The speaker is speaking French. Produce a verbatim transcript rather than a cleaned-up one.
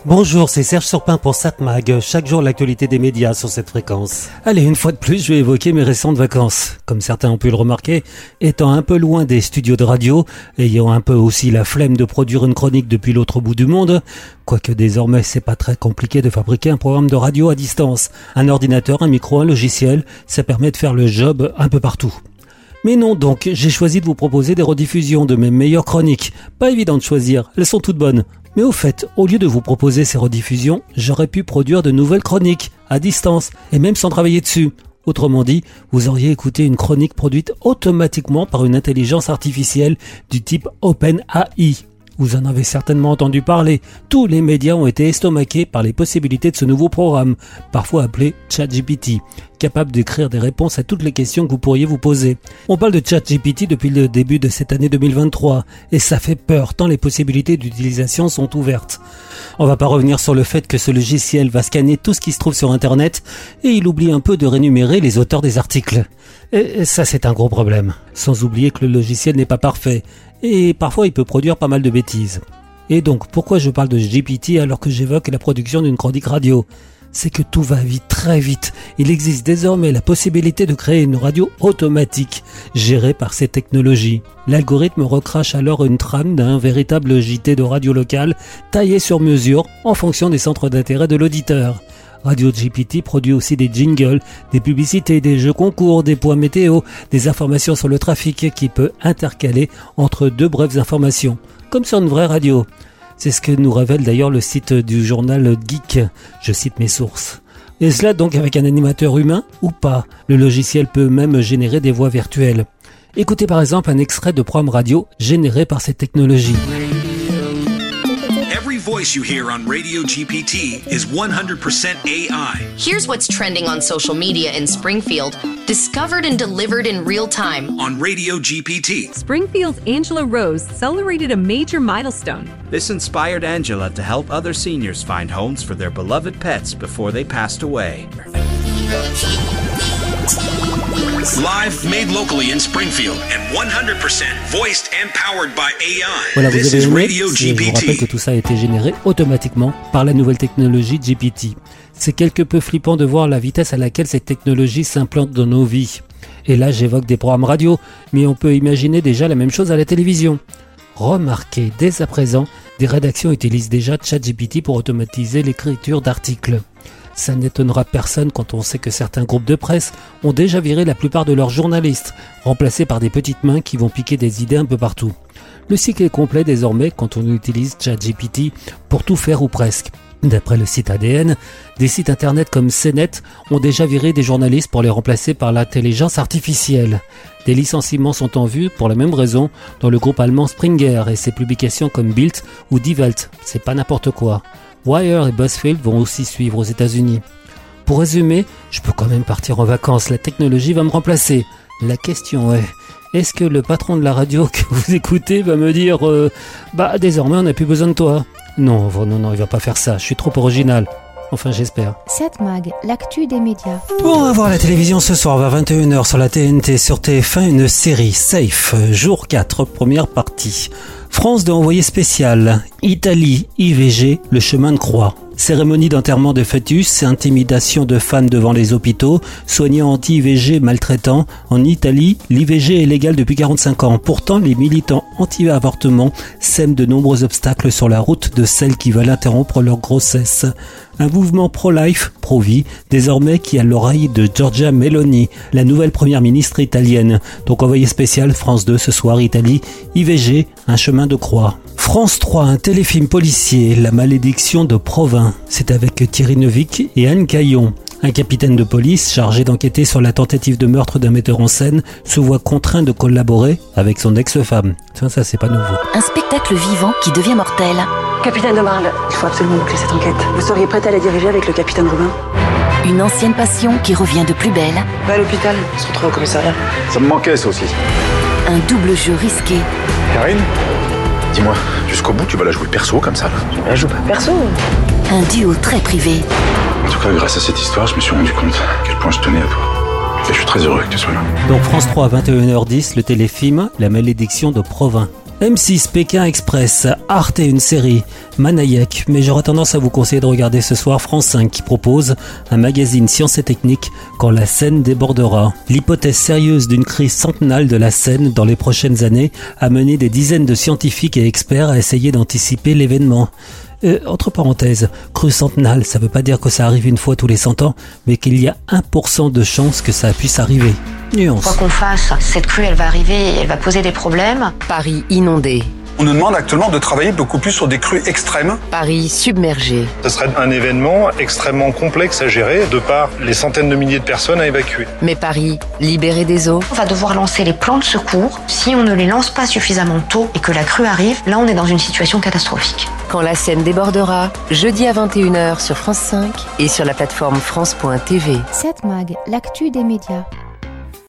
Bonjour, c'est Serge Surpin pour SatMag. Chaque jour, l'actualité des médias sur cette fréquence. Allez, une fois de plus, je vais évoquer mes récentes vacances. Comme certains ont pu le remarquer, étant un peu loin des studios de radio, ayant un peu aussi la flemme de produire une chronique depuis l'autre bout du monde, quoique désormais c'est pas très compliqué de fabriquer un programme de radio à distance. Un ordinateur, un micro, un logiciel, ça permet de faire le job un peu partout. Mais non donc, j'ai choisi de vous proposer des rediffusions de mes meilleures chroniques. Pas évident de choisir, elles sont toutes bonnes. Mais au fait, au lieu de vous proposer ces rediffusions, j'aurais pu produire de nouvelles chroniques, à distance, et même sans travailler dessus. Autrement dit, vous auriez écouté une chronique produite automatiquement par une intelligence artificielle du type OpenAI. Vous en avez certainement entendu parler. Tous les médias ont été estomaqués par les possibilités de ce nouveau programme, parfois appelé ChatGPT, capable d'écrire des réponses à toutes les questions que vous pourriez vous poser. On parle de ChatGPT depuis le début de cette année deux mille vingt-trois, et ça fait peur tant les possibilités d'utilisation sont ouvertes. On va pas revenir sur le fait que ce logiciel va scanner tout ce qui se trouve sur Internet, et il oublie un peu de rémunérer les auteurs des articles. Et ça, c'est un gros problème. Sans oublier que le logiciel n'est pas parfait. Et parfois il peut produire pas mal de bêtises. Et donc, pourquoi je parle de G P T alors que j'évoque la production d'une chronique radio ? C'est que tout va vite, très vite. Il existe désormais la possibilité de créer une radio automatique, gérée par ces technologies. L'algorithme recrache alors une trame d'un véritable J T de radio locale, taillé sur mesure, en fonction des centres d'intérêt de l'auditeur. Radio G P T produit aussi des jingles, des publicités, des jeux concours, des points météo, des informations sur le trafic qui peut intercaler entre deux brèves informations, comme sur une vraie radio. C'est ce que nous révèle d'ailleurs le site du journal Geek, je cite mes sources. Et cela donc avec un animateur humain ou pas. Le logiciel peut même générer des voix virtuelles. Écoutez par exemple un extrait de programme radio généré par cette technologie. Every voice you hear on Radio G P T is one hundred percent A I. Here's what's trending on social media in Springfield, discovered and delivered in real time on Radio G P T. Springfield's Angela Rose celebrated a major milestone. This inspired Angela to help other seniors find homes for their beloved pets before they passed away. Live, made locally in Springfield, and one hundred percent voiced and powered by A I. Voilà, vous This avez is aimé, Radio et G je P vous rappelle T. que tout ça a été généré automatiquement par la nouvelle technologie G P T. C'est quelque peu flippant de voir la vitesse à laquelle cette technologie s'implante dans nos vies. Et là, j'évoque des programmes radio, mais on peut imaginer déjà la même chose à la télévision. Remarquez, dès à présent, des rédactions utilisent déjà ChatGPT pour automatiser l'écriture d'articles. Ça n'étonnera personne quand on sait que certains groupes de presse ont déjà viré la plupart de leurs journalistes, remplacés par des petites mains qui vont piquer des idées un peu partout. Le cycle est complet désormais quand on utilise ChatGPT pour tout faire ou presque. D'après le site A D N, des sites internet comme C net ont déjà viré des journalistes pour les remplacer par l'intelligence artificielle. Des licenciements sont en vue pour la même raison dans le groupe allemand Springer et ses publications comme Bild ou Die Welt. C'est pas n'importe quoi. Wire et BuzzFeed vont aussi suivre aux États-Unis. Pour résumer, je peux quand même partir en vacances, la technologie va me remplacer. La question est, est-ce que le patron de la radio que vous écoutez va me dire euh, « Bah désormais on n'a plus besoin de toi ». Non, non, non, il va pas faire ça, je suis trop original. Enfin, j'espère. SatMag, l'actu des médias. Bon, on va voir la télévision ce soir vers vingt et une heures sur la T N T, sur T F un, une série Safe, jour quatre, première partie. France de envoyé spécial, Italie, I V G, le chemin de croix. Cérémonie d'enterrement de fœtus, intimidation de femmes devant les hôpitaux, soignants anti-I V G maltraitants. En Italie, l'I V G est légal depuis quarante-cinq ans. Pourtant, les militants anti-avortement sèment de nombreux obstacles sur la route de celles qui veulent interrompre leur grossesse. Un mouvement pro-life, pro-vie, désormais qui a l'oreille de Giorgia Meloni, la nouvelle première ministre italienne. Donc envoyé spécial France deux ce soir, Italie, I V G, un chemin de croix. France trois, un téléfilm policier, La malédiction de Provins. C'est avec Thierry Neuvik et Anne Caillon. Un capitaine de police chargé d'enquêter sur la tentative de meurtre d'un metteur en scène se voit contraint de collaborer avec son ex-femme. Ça, ça c'est pas nouveau. Un spectacle vivant qui devient mortel. Capitaine de Marle, il faut absolument boucler cette enquête. Vous seriez prête à la diriger avec le capitaine Robin ? Une ancienne passion qui revient de plus belle. Va à l'hôpital, on se retrouve au commissariat. Ça me manquait ça aussi. Un double jeu risqué. Karine, dis-moi, jusqu'au bout tu vas la jouer perso comme ça là ? Je joue pas perso. Un duo très privé. En tout cas, grâce à cette histoire, je me suis rendu compte à quel point je tenais à toi. Et je suis très heureux que tu sois là. Donc France trois à vingt et une heures dix, le téléfilm La malédiction de Provins. M six, Pékin Express, Arte une série, Manayek, mais j'aurais tendance à vous conseiller de regarder ce soir France cinq qui propose un magazine sciences et techniques quand la Seine débordera. L'hypothèse sérieuse d'une crise centennale de la Seine dans les prochaines années a mené des dizaines de scientifiques et experts à essayer d'anticiper l'événement. Euh, entre parenthèses, crue centennale, ça veut pas dire que ça arrive une fois tous les cent ans, mais qu'il y a un pour cent de chances que ça puisse arriver. Nuance. Quoi qu'on fasse, cette crue, elle va arriver et elle va poser des problèmes. Paris inondé. On nous demande actuellement de travailler beaucoup plus sur des crues extrêmes. Paris submergé. Ce serait un événement extrêmement complexe à gérer, de par les centaines de milliers de personnes à évacuer. Mais Paris, libéré des eaux. On va devoir lancer les plans de secours. Si on ne les lance pas suffisamment tôt et que la crue arrive, là on est dans une situation catastrophique. Quand la Seine débordera, jeudi à vingt et une heures sur France cinq et sur la plateforme France point T V. sept Mag, l'actu des médias.